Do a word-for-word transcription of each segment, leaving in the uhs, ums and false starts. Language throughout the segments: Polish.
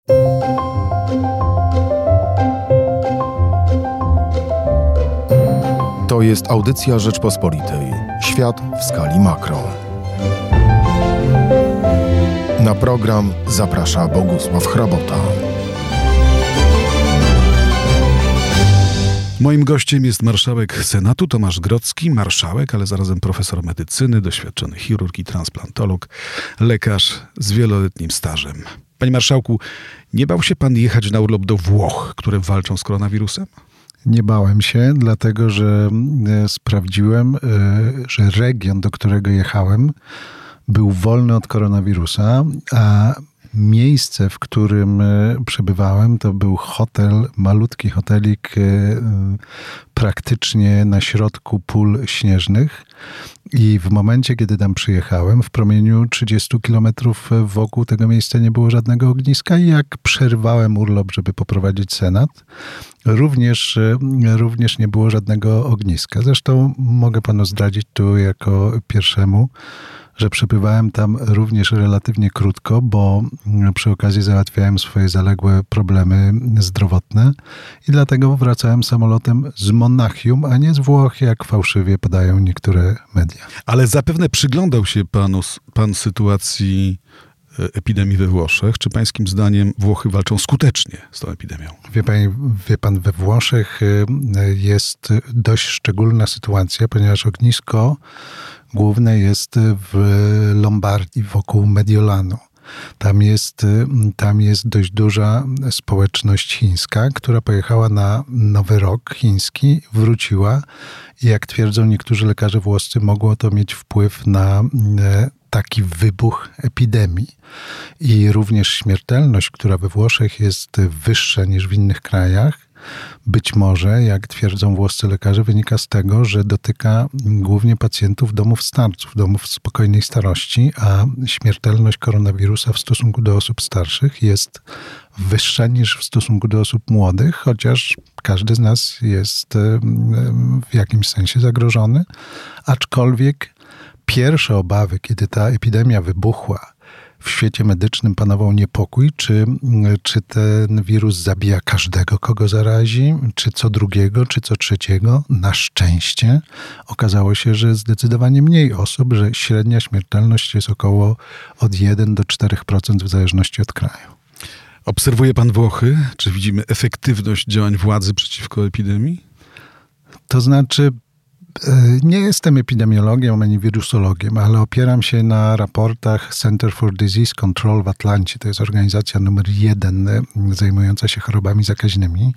To jest audycja Rzeczpospolitej. Świat w skali makro. Na program zaprasza Bogusław Hrabota. Moim gościem jest marszałek Senatu Tomasz Grodzki, marszałek, ale zarazem profesor medycyny, doświadczony chirurg i transplantolog, lekarz z wieloletnim stażem. Panie marszałku, nie bał się pan jechać na urlop do Włoch, które walczą z koronawirusem? Nie bałem się, dlatego że sprawdziłem, że region, do którego jechałem, był wolny od koronawirusa, a miejsce, w którym przebywałem, to był hotel, malutki hotelik praktycznie na środku pól śnieżnych. I w momencie, kiedy tam przyjechałem, w promieniu trzydziestu kilometrów wokół tego miejsca nie było żadnego ogniska i jak przerwałem urlop, żeby poprowadzić Senat, również, również nie było żadnego ogniska. Zresztą mogę panu zdradzić tu jako pierwszemu, że przebywałem tam również relatywnie krótko, bo przy okazji załatwiałem swoje zaległe problemy zdrowotne i dlatego wracałem samolotem z Monachium, a nie z Włoch, jak fałszywie podają niektóre media. Ale zapewne przyglądał się panu, pan sytuacji epidemii we Włoszech. Czy pańskim zdaniem Włochy walczą skutecznie z tą epidemią? Wie pan, wie pan, we Włoszech jest dość szczególna sytuacja, ponieważ ognisko główne jest w Lombardii, wokół Mediolanu. Tam jest, tam jest dość duża społeczność chińska, która pojechała na Nowy Rok chiński, wróciła i jak twierdzą niektórzy lekarze włoscy, mogło to mieć wpływ na taki wybuch epidemii. I również śmiertelność, która we Włoszech jest wyższa niż w innych krajach, być może, jak twierdzą włoscy lekarze, wynika z tego, że dotyka głównie pacjentów domów starców, domów spokojnej starości, a śmiertelność koronawirusa w stosunku do osób starszych jest wyższa niż w stosunku do osób młodych, chociaż każdy z nas jest w jakimś sensie zagrożony. Aczkolwiek pierwsze obawy, kiedy ta epidemia wybuchła, w świecie medycznym panował niepokój, czy, czy ten wirus zabija każdego, kogo zarazi, czy co drugiego, czy co trzeciego. Na szczęście okazało się, że zdecydowanie mniej osób, że średnia śmiertelność jest około od jeden do czterech procent w zależności od kraju. Obserwuje pan Włochy? Czy widzimy efektywność działań władzy przeciwko epidemii? To znaczy, nie jestem epidemiologiem ani wirusologiem, ale opieram się na raportach Center for Disease Control w Atlancie. To jest organizacja numer jeden zajmująca się chorobami zakaźnymi.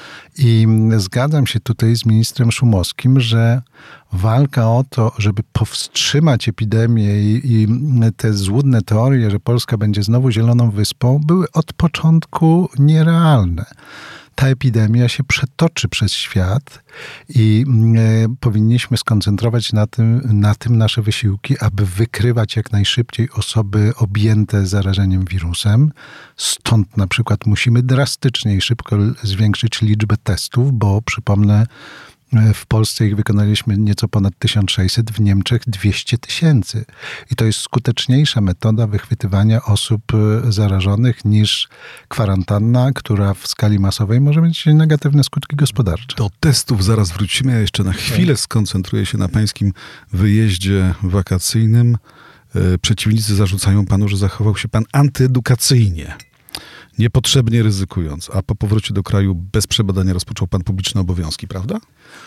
I zgadzam się tutaj z ministrem Szumowskim, że walka o to, żeby powstrzymać epidemię i, i te złudne teorie, że Polska będzie znowu zieloną wyspą, były od początku nierealne. Ta epidemia się przetoczy przez świat i e, powinniśmy skoncentrować na tym, na tym nasze wysiłki, aby wykrywać jak najszybciej osoby objęte zarażeniem wirusem. Stąd na przykład musimy drastycznie i szybko zwiększyć liczbę testów, bo przypomnę, w Polsce ich wykonaliśmy nieco ponad tysiąc sześćset, w Niemczech dwieście tysięcy. I to jest skuteczniejsza metoda wychwytywania osób zarażonych niż kwarantanna, która w skali masowej może mieć negatywne skutki gospodarcze. Do testów zaraz wrócimy. Ja jeszcze na chwilę skoncentruję się na pańskim wyjeździe wakacyjnym. Przeciwnicy zarzucają panu, że zachował się pan antyedukacyjnie, niepotrzebnie ryzykując, a po powrocie do kraju bez przebadania rozpoczął pan publiczne obowiązki, prawda?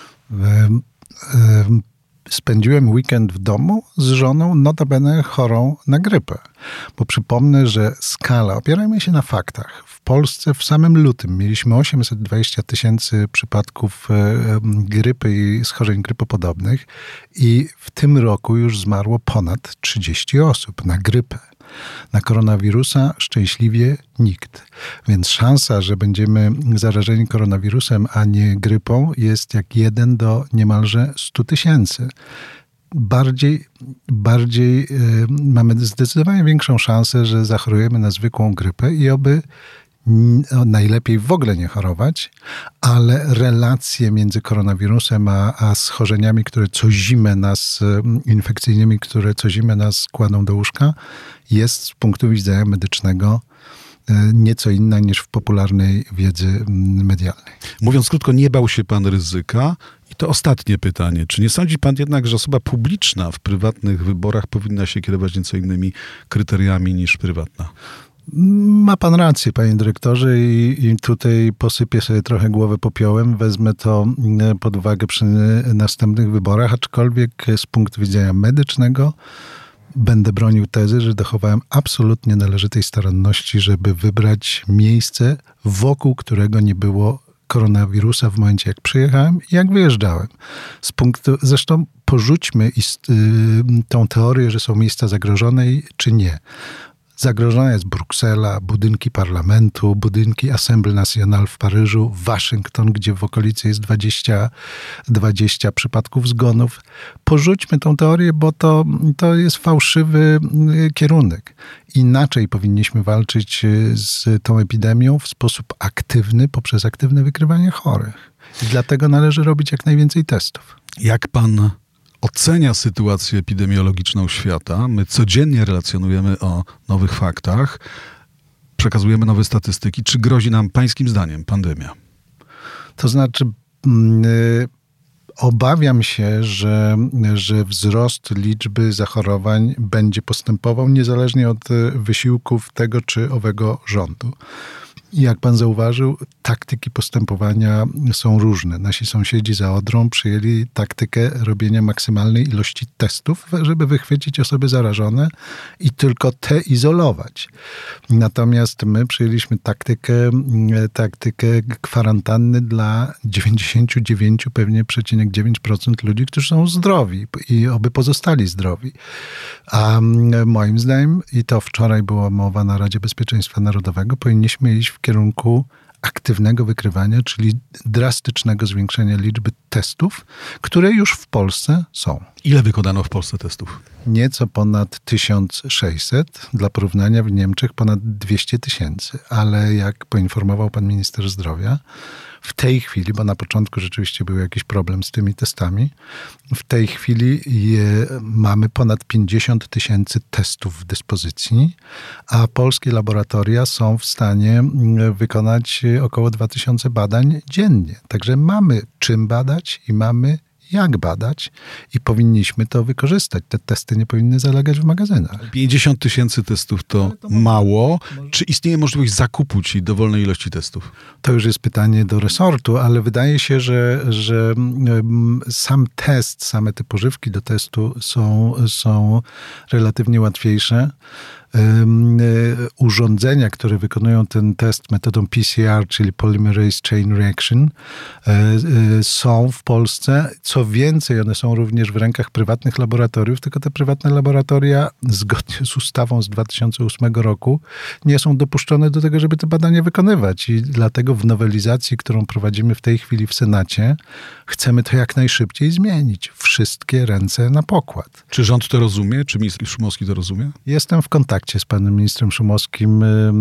Spędziłem weekend w domu z żoną, notabene chorą na grypę. Bo przypomnę, że skala, opierajmy się na faktach. W Polsce w samym lutym mieliśmy osiemset dwadzieścia tysięcy przypadków grypy i schorzeń grypopodobnych i w tym roku już zmarło ponad trzydzieści osób na grypę. Na koronawirusa szczęśliwie nikt. Więc szansa, że będziemy zarażeni koronawirusem, a nie grypą, jest jak jeden do niemalże stu tysięcy. Bardziej, bardziej yy, mamy zdecydowanie większą szansę, że zachorujemy na zwykłą grypę i oby najlepiej w ogóle nie chorować, ale relacje między koronawirusem a, a schorzeniami, które co zimę nas, infekcyjnymi, które co zimę nas kładą do łóżka, jest z punktu widzenia medycznego nieco inna niż w popularnej wiedzy medialnej. Mówiąc krótko, nie bał się pan ryzyka? I to ostatnie pytanie. Czy nie sądzi pan jednak, że osoba publiczna w prywatnych wyborach powinna się kierować nieco innymi kryteriami niż prywatna? Ma pan rację, panie dyrektorze, i, i tutaj posypię sobie trochę głowę popiołem. Wezmę to pod uwagę przy następnych wyborach, aczkolwiek z punktu widzenia medycznego będę bronił tezy, że dochowałem absolutnie należytej staranności, żeby wybrać miejsce, wokół którego nie było koronawirusa w momencie, jak przyjechałem i jak wyjeżdżałem. Z punktu, zresztą porzućmy ist, y, tą teorię, że są miejsca zagrożone czy nie. Zagrożona jest Bruksela, budynki parlamentu, budynki Assemblée Nationale w Paryżu, Waszyngton, gdzie w okolicy jest dwadzieścia, dwadzieścia przypadków zgonów. Porzućmy tą teorię, bo to, to jest fałszywy kierunek. Inaczej powinniśmy walczyć z tą epidemią w sposób aktywny, poprzez aktywne wykrywanie chorych. I dlatego należy robić jak najwięcej testów. Jak pan ocenia sytuację epidemiologiczną świata? My codziennie relacjonujemy o nowych faktach, przekazujemy nowe statystyki. Czy grozi nam pańskim zdaniem pandemia? To znaczy, yy, obawiam się, że, że wzrost liczby zachorowań będzie postępował niezależnie od wysiłków tego czy owego rządu. I jak pan zauważył, taktyki postępowania są różne. Nasi sąsiedzi za Odrą przyjęli taktykę robienia maksymalnej ilości testów, żeby wychwycić osoby zarażone i tylko te izolować. Natomiast my przyjęliśmy taktykę, taktykę kwarantanny dla dziewięćdziesiąt dziewięć pewnie przecinek dziewięć procent ludzi, którzy są zdrowi i oby pozostali zdrowi. A moim zdaniem, i to wczoraj była mowa na Radzie Bezpieczeństwa Narodowego, powinniśmy iść w kierunku aktywnego wykrywania, czyli drastycznego zwiększenia liczby testów, które już w Polsce są. Ile wykonano w Polsce testów? Nieco ponad tysiąc sześćset. Dla porównania w Niemczech ponad dwieście tysięcy. Ale jak poinformował pan minister zdrowia, w tej chwili, bo na początku rzeczywiście był jakiś problem z tymi testami, w tej chwili je, mamy ponad pięćdziesiąt tysięcy testów w dyspozycji, a polskie laboratoria są w stanie wykonać około dwa tysiące badań dziennie. Także mamy czym badać i mamy jak badać i powinniśmy to wykorzystać. Te testy nie powinny zalegać w magazynach. pięćdziesiąt tysięcy testów to, to mało. Może... Czy istnieje możliwość zakupu ci dowolnej ilości testów? To już jest pytanie do resortu, ale wydaje się, że, że sam test, same te pożywki do testu są, są relatywnie łatwiejsze. Urządzenia, które wykonują ten test metodą P C R, czyli Polymerase Chain Reaction, są w Polsce. Co więcej, one są również w rękach prywatnych laboratoriów, tylko te prywatne laboratoria, zgodnie z ustawą z dwa tysiące ósmego roku, nie są dopuszczone do tego, żeby te badania wykonywać. I dlatego w nowelizacji, którą prowadzimy w tej chwili w Senacie, chcemy to jak najszybciej zmienić. Wszystkie ręce na pokład. Czy rząd to rozumie? Czy minister Szumowski to rozumie? Jestem w kontakcie z panem ministrem Szumowskim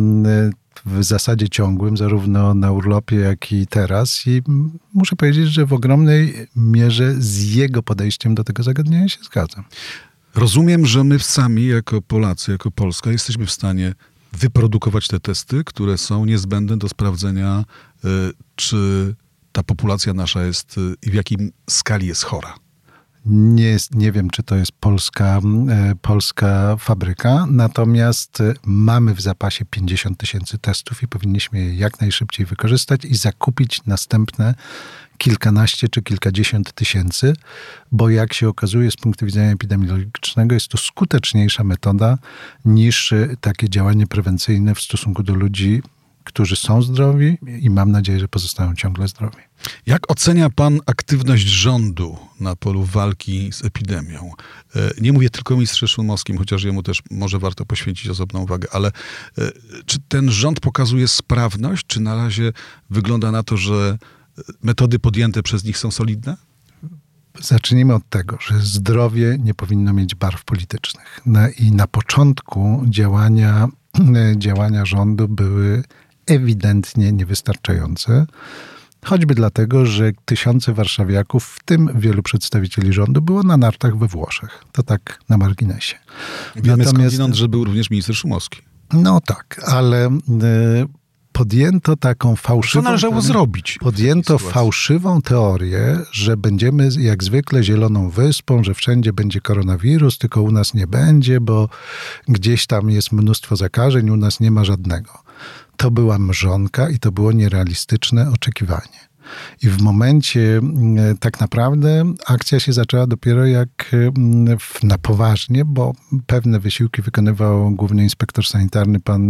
w zasadzie ciągłym, zarówno na urlopie, jak i teraz. I muszę powiedzieć, że w ogromnej mierze z jego podejściem do tego zagadnienia się zgadzam. Rozumiem, że my sami, jako Polacy, jako Polska, jesteśmy w stanie wyprodukować te testy, które są niezbędne do sprawdzenia, czy ta populacja nasza jest i w jakim skali jest chora. Nie, jest, nie wiem, czy to jest polska, e, polska fabryka, natomiast mamy w zapasie pięćdziesiąt tysięcy testów i powinniśmy je jak najszybciej wykorzystać i zakupić następne kilkanaście czy kilkadziesiąt tysięcy, bo jak się okazuje z punktu widzenia epidemiologicznego jest to skuteczniejsza metoda niż takie działanie prewencyjne w stosunku do ludzi, którzy są zdrowi i mam nadzieję, że pozostają ciągle zdrowi. Jak ocenia pan aktywność rządu na polu walki z epidemią? Nie mówię tylko o ministrze Szumowskim, chociaż jemu też może warto poświęcić osobną uwagę, ale czy ten rząd pokazuje sprawność, czy na razie wygląda na to, że metody podjęte przez nich są solidne? Zacznijmy od tego, że zdrowie nie powinno mieć barw politycznych. I na początku działania, działania rządu były ewidentnie niewystarczające. Choćby dlatego, że tysiące warszawiaków, w tym wielu przedstawicieli rządu, było na nartach we Włoszech. To tak na marginesie. Wiemy skądinąd, że był również minister Szumowski. No tak, ale y, podjęto taką fałszywą... Co należało zrobić? Podjęto fałszywą teorię, że będziemy jak zwykle zieloną wyspą, że wszędzie będzie koronawirus, tylko u nas nie będzie, bo gdzieś tam jest mnóstwo zakażeń, u nas nie ma żadnego. To była mrzonka i to było nierealistyczne oczekiwanie. I w momencie tak naprawdę akcja się zaczęła dopiero jak na poważnie, bo pewne wysiłki wykonywał główny inspektor sanitarny, pan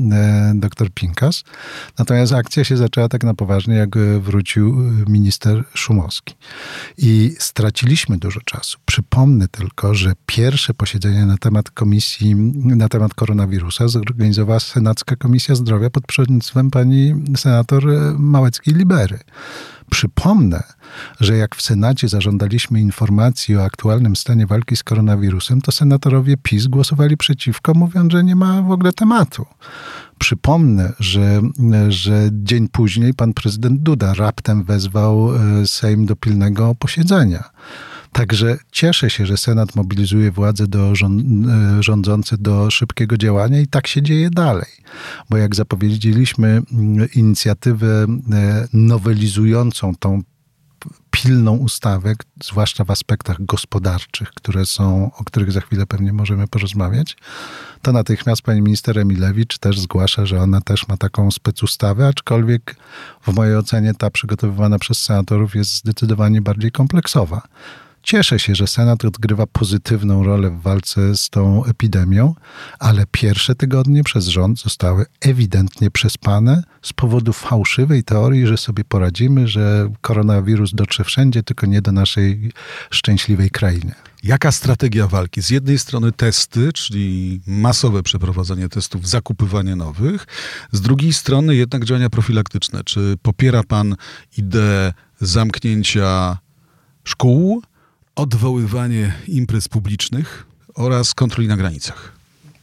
dr Pinkas. Natomiast akcja się zaczęła tak na poważnie, jak wrócił minister Szumowski. I straciliśmy dużo czasu. Przypomnę tylko, że pierwsze posiedzenie na temat komisji, na temat koronawirusa zorganizowała Senacka Komisja Zdrowia pod przewodnictwem pani senator Małeckiej-Libery. Przypomnę, że jak w Senacie zażądaliśmy informacji o aktualnym stanie walki z koronawirusem, to senatorowie PiS głosowali przeciwko, mówiąc, że nie ma w ogóle tematu. Przypomnę, że, że dzień później pan prezydent Duda raptem wezwał Sejm do pilnego posiedzenia. Także cieszę się, że Senat mobilizuje władze do rządzące do szybkiego działania i tak się dzieje dalej. Bo jak zapowiedzieliśmy inicjatywę nowelizującą tą pilną ustawę, zwłaszcza w aspektach gospodarczych, które są, o których za chwilę pewnie możemy porozmawiać, to natychmiast pani minister Emilewicz też zgłasza, że ona też ma taką specustawę, aczkolwiek w mojej ocenie ta przygotowywana przez senatorów jest zdecydowanie bardziej kompleksowa. Cieszę się, że Senat odgrywa pozytywną rolę w walce z tą epidemią, ale pierwsze tygodnie przez rząd zostały ewidentnie przespane z powodu fałszywej teorii, że sobie poradzimy, że koronawirus dotrze wszędzie, tylko nie do naszej szczęśliwej krainy. Jaka strategia walki? Z jednej strony testy, czyli masowe przeprowadzanie testów, zakupywanie nowych. Z drugiej strony jednak działania profilaktyczne. Czy popiera pan ideę zamknięcia szkół, odwoływanie imprez publicznych oraz kontroli na granicach?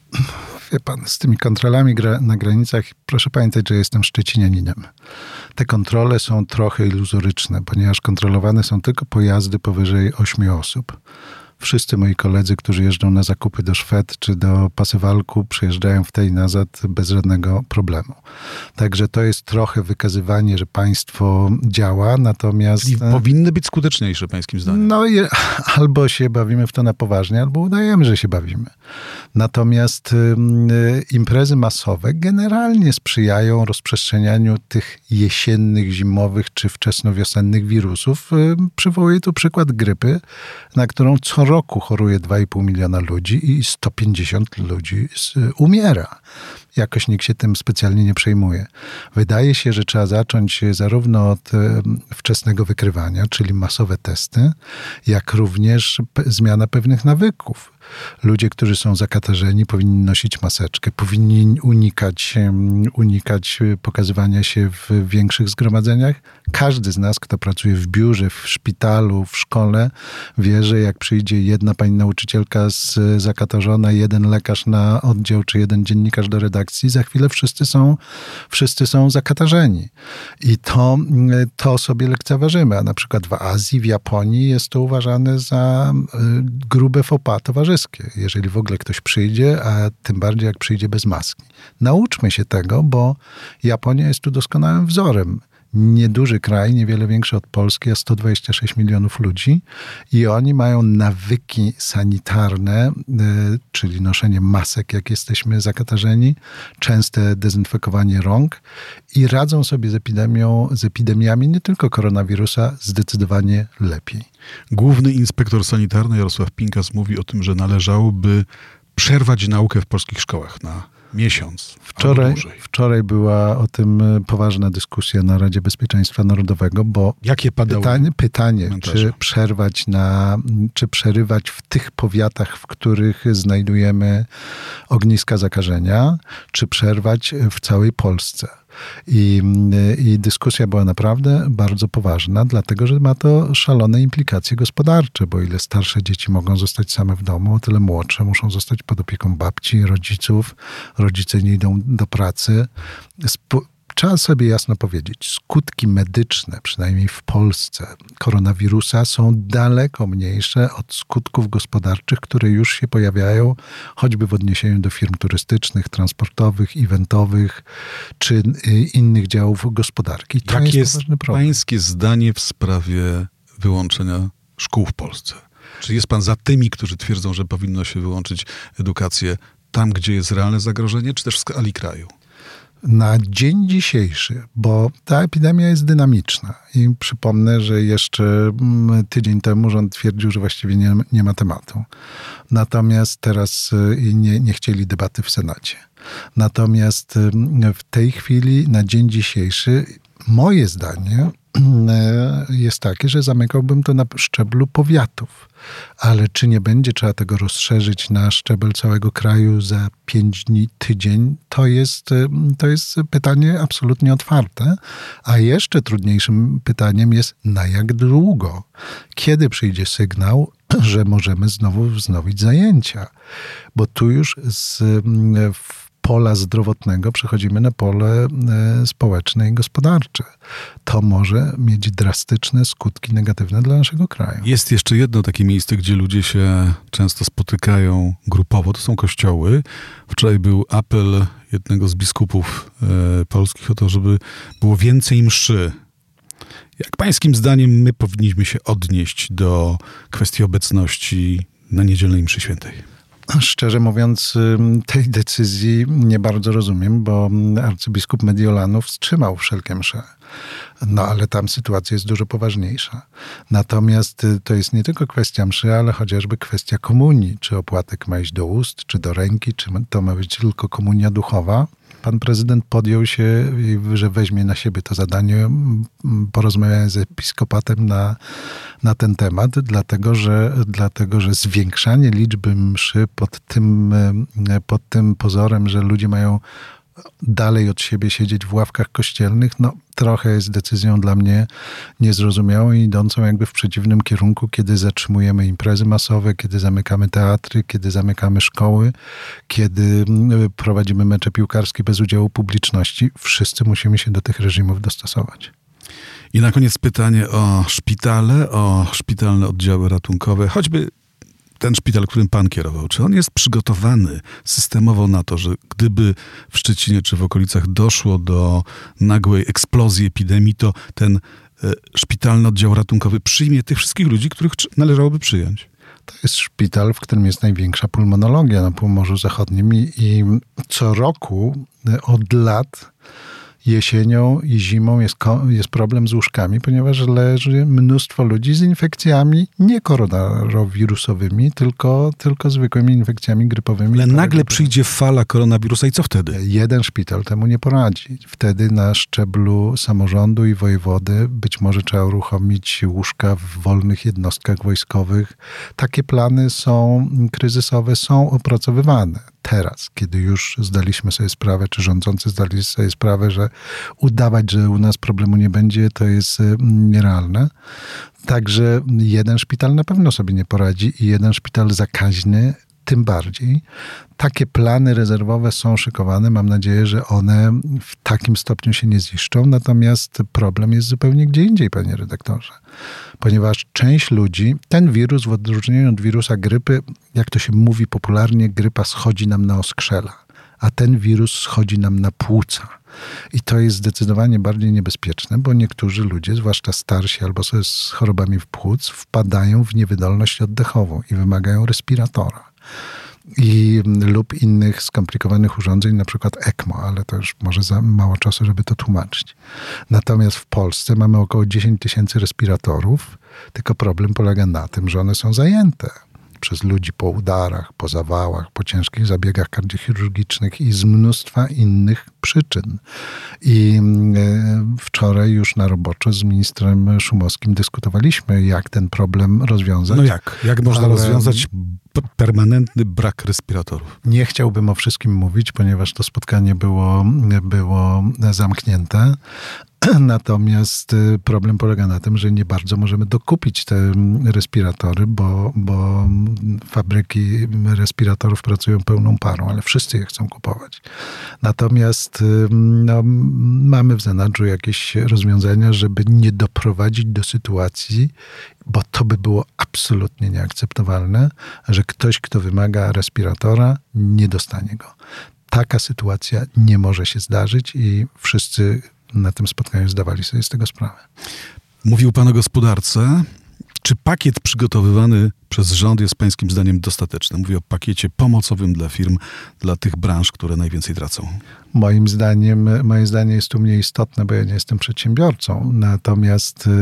Wie pan, z tymi kontrolami gra- na granicach, proszę pamiętać, że jestem szczecinianinem. Te kontrole są trochę iluzoryczne, ponieważ kontrolowane są tylko pojazdy powyżej ośmiu osób. Wszyscy moi koledzy, którzy jeżdżą na zakupy do Szwed czy do Pasewalku, przyjeżdżają w tej nazad bez żadnego problemu. Także to jest trochę wykazywanie, że państwo działa, natomiast... Czyli powinny być skuteczniejsze, pańskim zdaniem. No i albo się bawimy w to na poważnie, albo udajemy, że się bawimy. Natomiast y, imprezy masowe generalnie sprzyjają rozprzestrzenianiu tych jesiennych, zimowych czy wczesnowiosennych wirusów. Y, przywołuję tu przykład grypy, na którą co roku choruje dwa i pół miliona ludzi i sto pięćdziesiąt ludzi umiera. Jakoś nikt się tym specjalnie nie przejmuje. Wydaje się, że trzeba zacząć zarówno od wczesnego wykrywania, czyli masowe testy, jak również zmiana pewnych nawyków. Ludzie, którzy są zakatarzeni, powinni nosić maseczkę, powinni unikać, unikać pokazywania się w większych zgromadzeniach. Każdy z nas, kto pracuje w biurze, w szpitalu, w szkole, wie, że jak przyjdzie jedna pani nauczycielka z zakatarzona, jeden lekarz na oddział, czy jeden dziennikarz do redakcji, za chwilę wszyscy są, wszyscy są zakatarzeni. I to, to sobie lekceważymy. A na przykład w Azji, w Japonii jest to uważane za grube faux pas towarzyskie. Jeżeli w ogóle ktoś przyjdzie, a tym bardziej jak przyjdzie bez maski. Nauczmy się tego, bo Japonia jest tu doskonałym wzorem. Nieduży kraj, niewiele większy od Polski, a sto dwadzieścia sześć milionów ludzi i oni mają nawyki sanitarne, czyli noszenie masek, jak jesteśmy zakatarzeni, częste dezynfekowanie rąk i radzą sobie z epidemią, z epidemiami nie tylko koronawirusa zdecydowanie lepiej. Główny inspektor sanitarny Jarosław Pinkas mówi o tym, że należałoby przerwać naukę w polskich szkołach na miesiąc. Wczoraj, wczoraj była o tym poważna dyskusja na Radzie Bezpieczeństwa Narodowego, bo Jakie padały pytanie, pytanie komentarze? czy przerwać na, czy przerywać w tych powiatach, w których znajdujemy ogniska zakażenia, czy przerwać w całej Polsce. I, I dyskusja była naprawdę bardzo poważna, dlatego że ma to szalone implikacje gospodarcze, bo ile starsze dzieci mogą zostać same w domu, o tyle młodsze muszą zostać pod opieką babci, rodziców, rodzice nie idą do pracy. Sp- Trzeba sobie jasno powiedzieć, skutki medyczne, przynajmniej w Polsce, koronawirusa są daleko mniejsze od skutków gospodarczych, które już się pojawiają, choćby w odniesieniu do firm turystycznych, transportowych, eventowych, czy innych działów gospodarki. To Jakie jest, jest poważny problem. pańskie zdanie w sprawie wyłączenia szkół w Polsce? Czy jest pan za tymi, którzy twierdzą, że powinno się wyłączyć edukację tam, gdzie jest realne zagrożenie, czy też w skali kraju? Na dzień dzisiejszy, bo ta epidemia jest dynamiczna i przypomnę, że jeszcze tydzień temu rząd twierdził, że właściwie nie, nie ma tematu. Natomiast teraz nie, nie chcieli debaty w Senacie. Natomiast w tej chwili, na dzień dzisiejszy, moje zdanie jest takie, że zamykałbym to na szczeblu powiatów. Ale czy nie będzie trzeba tego rozszerzyć na szczebel całego kraju za pięć dni, tydzień, to jest, to jest pytanie absolutnie otwarte. A jeszcze trudniejszym pytaniem jest, na jak długo? Kiedy przyjdzie sygnał, że możemy znowu wznowić zajęcia? Bo tu już z pola zdrowotnego przechodzimy na pole społeczne i gospodarcze. To może mieć drastyczne skutki negatywne dla naszego kraju. Jest jeszcze jedno takie miejsce, gdzie ludzie się często spotykają grupowo. To są kościoły. Wczoraj był apel jednego z biskupów e, polskich o to, żeby było więcej mszy. Jak pańskim zdaniem my powinniśmy się odnieść do kwestii obecności na niedzielnej mszy świętej? Szczerze mówiąc, tej decyzji nie bardzo rozumiem, bo arcybiskup Mediolanu wstrzymał wszelkie msze. No ale tam sytuacja jest dużo poważniejsza. Natomiast to jest nie tylko kwestia mszy, ale chociażby kwestia komunii. Czy opłatek ma iść do ust, czy do ręki, czy to ma być tylko komunia duchowa. Pan prezydent podjął się, że weźmie na siebie to zadanie. Porozmawiałem z episkopatem na, na ten temat, dlatego że, dlatego że zwiększanie liczby mszy pod tym, pod tym pozorem, że ludzie mają dalej od siebie siedzieć w ławkach kościelnych, no trochę jest decyzją dla mnie niezrozumiałą i idącą jakby w przeciwnym kierunku, kiedy zatrzymujemy imprezy masowe, kiedy zamykamy teatry, kiedy zamykamy szkoły, kiedy prowadzimy mecze piłkarskie bez udziału publiczności. Wszyscy musimy się do tych reżimów dostosować. I na koniec pytanie o szpitale, o szpitalne oddziały ratunkowe, choćby ten szpital, którym pan kierował, czy on jest przygotowany systemowo na to, że gdyby w Szczecinie czy w okolicach doszło do nagłej eksplozji epidemii, to ten e, szpitalny oddział ratunkowy przyjmie tych wszystkich ludzi, których należałoby przyjąć? To jest szpital, w którym jest największa pulmonologia na Pomorzu Zachodnim i, i co roku od lat jesienią i zimą jest, jest problem z łóżkami, ponieważ leży mnóstwo ludzi z infekcjami nie koronawirusowymi, tylko, tylko zwykłymi infekcjami grypowymi. Ale nagle przyjdzie fala koronawirusa i co wtedy? Jeden szpital temu nie poradzi. Wtedy na szczeblu samorządu i wojewody być może trzeba uruchomić łóżka w wolnych jednostkach wojskowych. Takie plany są kryzysowe, są opracowywane. Teraz, kiedy już zdaliśmy sobie sprawę, czy rządzący zdali sobie sprawę, że udawać, że u nas problemu nie będzie, to jest nierealne. Także jeden szpital na pewno sobie nie poradzi i jeden szpital zakaźny tym bardziej. Takie plany rezerwowe są szykowane. Mam nadzieję, że one w takim stopniu się nie ziszczą. Natomiast problem jest zupełnie gdzie indziej, panie redaktorze. Ponieważ część ludzi, ten wirus w odróżnieniu od wirusa grypy, jak to się mówi popularnie, grypa schodzi nam na oskrzela, a ten wirus schodzi nam na płuca. I to jest zdecydowanie bardziej niebezpieczne, bo niektórzy ludzie, zwłaszcza starsi albo z chorobami w płuc, wpadają w niewydolność oddechową i wymagają respiratora. I, lub innych skomplikowanych urządzeń, na przykład ECMO, ale to już może za mało czasu, żeby to tłumaczyć. Natomiast w Polsce mamy około dziesięć tysięcy respiratorów, tylko problem polega na tym, że one są zajęte przez ludzi po udarach, po zawałach, po ciężkich zabiegach kardiochirurgicznych i z mnóstwa innych przyczyn. I wczoraj już na roboczo z ministrem Szumowskim dyskutowaliśmy, jak ten problem rozwiązać. No jak? Jak można Ale rozwiązać permanentny brak respiratorów? Nie chciałbym o wszystkim mówić, ponieważ to spotkanie było, było zamknięte, Natomiast problem polega na tym, że nie bardzo możemy dokupić te respiratory, bo, bo fabryki respiratorów pracują pełną parą, ale wszyscy je chcą kupować. Natomiast no, mamy w zanadrzu jakieś rozwiązania, żeby nie doprowadzić do sytuacji, bo to by było absolutnie nieakceptowalne, że ktoś, kto wymaga respiratora, nie dostanie go. Taka sytuacja nie może się zdarzyć i wszyscy na tym spotkaniu zdawali sobie z tego sprawę. Mówił pan o gospodarce. Czy pakiet przygotowywany przez rząd jest pańskim zdaniem dostateczny? Mówię o pakiecie pomocowym dla firm, dla tych branż, które najwięcej tracą. Moim zdaniem, moje zdanie jest tu mniej istotne, bo ja nie jestem przedsiębiorcą. Natomiast y,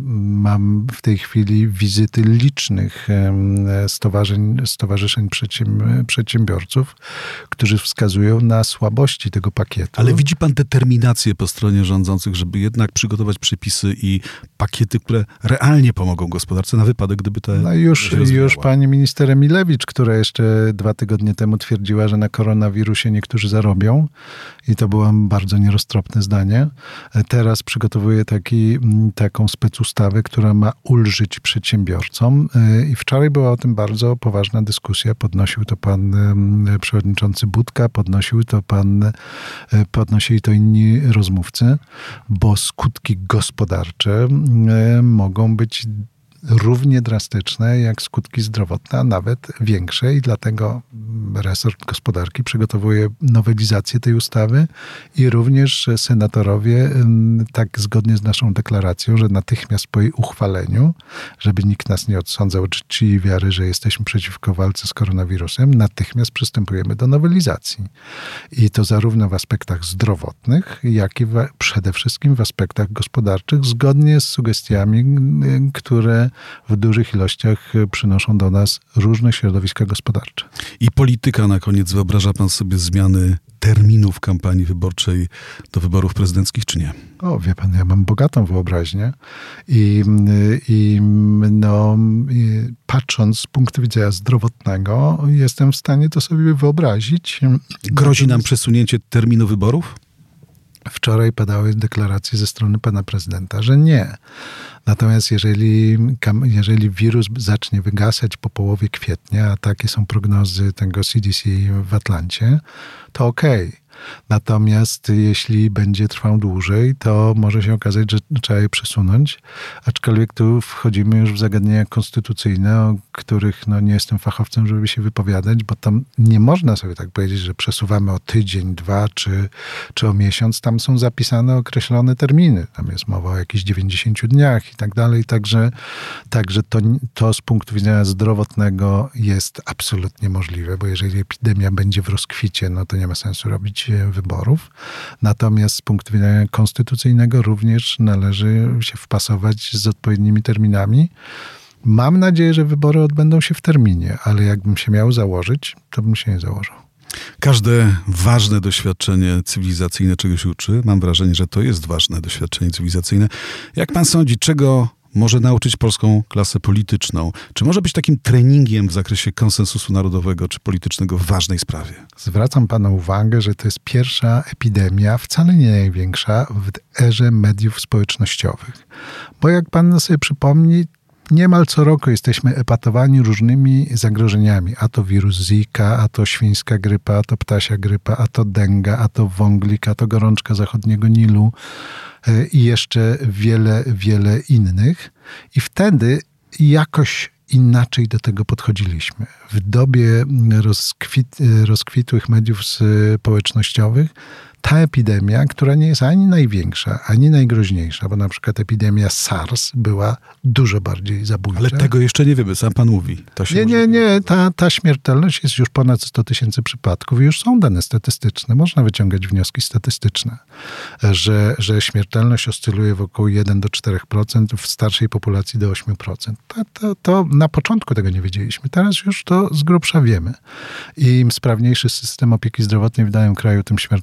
mam w tej chwili wizyty licznych y, stowarzyszeń, stowarzyszeń przedsięb- przedsiębiorców, którzy wskazują na słabości tego pakietu. Ale widzi pan determinację po stronie rządzących, żeby jednak przygotować przepisy i pakiety, które realnie pomogą gospodarce na wypadek, gdyby te... No już, już pani minister Emilewicz, która jeszcze dwa tygodnie temu twierdziła, że na koronawirusie niektórzy zarobią. I to było bardzo nieroztropne zdanie. Teraz przygotowuję taki, taką specustawę, która ma ulżyć przedsiębiorcom. I wczoraj była o tym bardzo poważna dyskusja. Podnosił to pan przewodniczący Budka, podnosił to pan, podnosili to inni rozmówcy, bo skutki gospodarcze mogą być równie drastyczne jak skutki zdrowotne, a nawet większe i dlatego resort gospodarki przygotowuje nowelizację tej ustawy i również senatorowie, tak zgodnie z naszą deklaracją, że natychmiast po jej uchwaleniu, żeby nikt nas nie odsądzał od czci wiary, że jesteśmy przeciwko walce z koronawirusem, natychmiast przystępujemy do nowelizacji. I to zarówno w aspektach zdrowotnych, jak i w, przede wszystkim w aspektach gospodarczych, zgodnie z sugestiami, które w dużych ilościach przynoszą do nas różne środowiska gospodarcze. I polityka na koniec. Wyobraża pan sobie zmiany terminów kampanii wyborczej do wyborów prezydenckich, czy nie? O, wie pan, ja mam bogatą wyobraźnię i, i no, i patrząc z punktu widzenia zdrowotnego, jestem w stanie to sobie wyobrazić. Grozi nam przesunięcie terminu wyborów? Wczoraj padały deklaracje ze strony pana prezydenta, że nie. Natomiast jeżeli, jeżeli wirus zacznie wygasać po połowie kwietnia, a takie są prognozy tego C D C w Atlancie, to okej. Okay. Natomiast jeśli będzie trwał dłużej, to może się okazać, że trzeba je przesunąć. Aczkolwiek tu wchodzimy już w zagadnienia konstytucyjne, o których no, nie jestem fachowcem, żeby się wypowiadać, bo tam nie można sobie tak powiedzieć, że przesuwamy o tydzień, dwa czy, czy o miesiąc. Tam są zapisane określone terminy. Tam jest mowa o jakichś dziewięćdziesięciu dniach i tak dalej. Także, także to, to z punktu widzenia zdrowotnego jest absolutnie możliwe, bo jeżeli epidemia będzie w rozkwicie, no to nie ma sensu robić wyborów. Natomiast z punktu widzenia konstytucyjnego również należy się wpasować z odpowiednimi terminami. Mam nadzieję, że wybory odbędą się w terminie, ale jakbym się miał założyć, to bym się nie założył. Każde ważne doświadczenie cywilizacyjne czegoś uczy. Mam wrażenie, że to jest ważne doświadczenie cywilizacyjne. Jak pan sądzi, czego może nauczyć polską klasę polityczną? Czy może być takim treningiem w zakresie konsensusu narodowego czy politycznego w ważnej sprawie? Zwracam pana uwagę, że to jest pierwsza epidemia, wcale nie największa, w erze mediów społecznościowych. Bo jak pan sobie przypomni, niemal co roku jesteśmy epatowani różnymi zagrożeniami. A to wirus Zika, a to świńska grypa, a to ptasia grypa, a to denga, a to wąglik, a to gorączka zachodniego Nilu i jeszcze wiele, wiele innych. I wtedy jakoś inaczej do tego podchodziliśmy. W dobie rozkwit, rozkwitłych mediów społecznościowych ta epidemia, która nie jest ani największa, ani najgroźniejsza, bo na przykład epidemia SARS była dużo bardziej zabójcza. Ale tego jeszcze nie wiemy, sam pan mówi. To się nie, może... nie, nie. Ta, ta śmiertelność jest już ponad sto tysięcy przypadków i już są dane statystyczne. Można wyciągać wnioski statystyczne, że, że śmiertelność oscyluje wokół jeden do czterech procent, w starszej populacji do ośmiu procent. To, to, to na początku tego nie wiedzieliśmy. Teraz już to z grubsza wiemy. I im sprawniejszy system opieki zdrowotnej w danym kraju, tym śmiertelność jest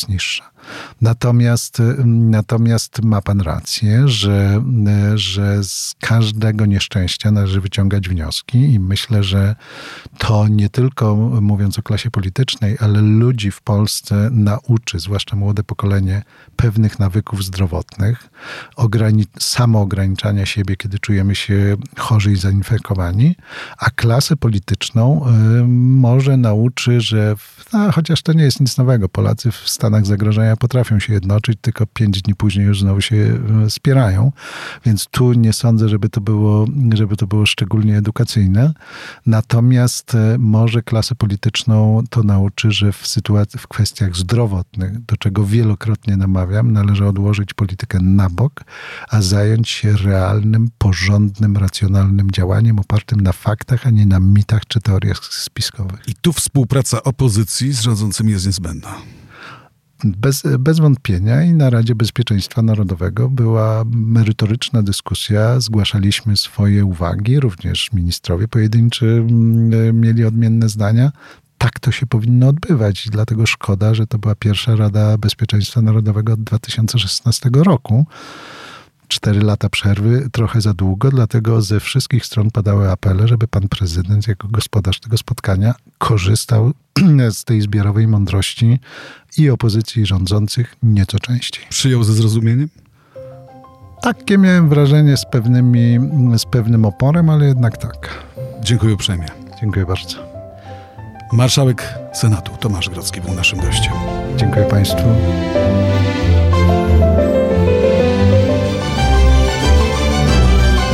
jest niższa. Natomiast, natomiast ma pan rację, że, że z każdego nieszczęścia należy wyciągać wnioski i myślę, że to nie tylko, mówiąc o klasie politycznej, ale ludzi w Polsce nauczy, zwłaszcza młode pokolenie, pewnych nawyków zdrowotnych, ograni- samoograniczania siebie, kiedy czujemy się chorzy i zainfekowani, a klasę polityczną y, może nauczy, że w, no, chociaż to nie jest nic nowego, Polacy w stanach zagrożenia potrafią się jednoczyć, tylko pięć dni później już znowu się y, spierają, więc tu nie sądzę, żeby to było, żeby to było szczególnie edukacyjne. Natomiast y, może klasę polityczną to nauczy, że w sytuacji, w kwestiach zdrowotnych, do czego wielokrotnie namawiam, należy odłożyć politykę na bok, a zająć się realnym, porządnym, racjonalnym działaniem opartym na faktach, a nie na mitach czy teoriach spiskowych. I tu współpraca opozycji z rządzącymi jest niezbędna. Bez, bez wątpienia i na Radzie Bezpieczeństwa Narodowego była merytoryczna dyskusja, zgłaszaliśmy swoje uwagi, również ministrowie pojedynczy mieli odmienne zdania. Tak to się powinno odbywać i dlatego szkoda, że to była pierwsza Rada Bezpieczeństwa Narodowego od dwa tysiące szesnastego roku. Cztery lata przerwy, trochę za długo, dlatego ze wszystkich stron padały apele, żeby pan prezydent jako gospodarz tego spotkania korzystał z tej zbiorowej mądrości i opozycji, i rządzących nieco częściej. Przyjął ze zrozumieniem? Takie miałem wrażenie z, pewnymi, z pewnym oporem, ale jednak tak. Dziękuję uprzejmie. Dziękuję bardzo. Marszałek Senatu Tomasz Grodzki był naszym gościem. Dziękuję państwu.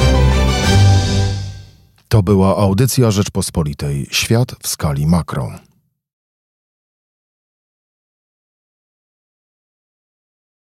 To była audycja Rzeczpospolitej. Świat w skali makro.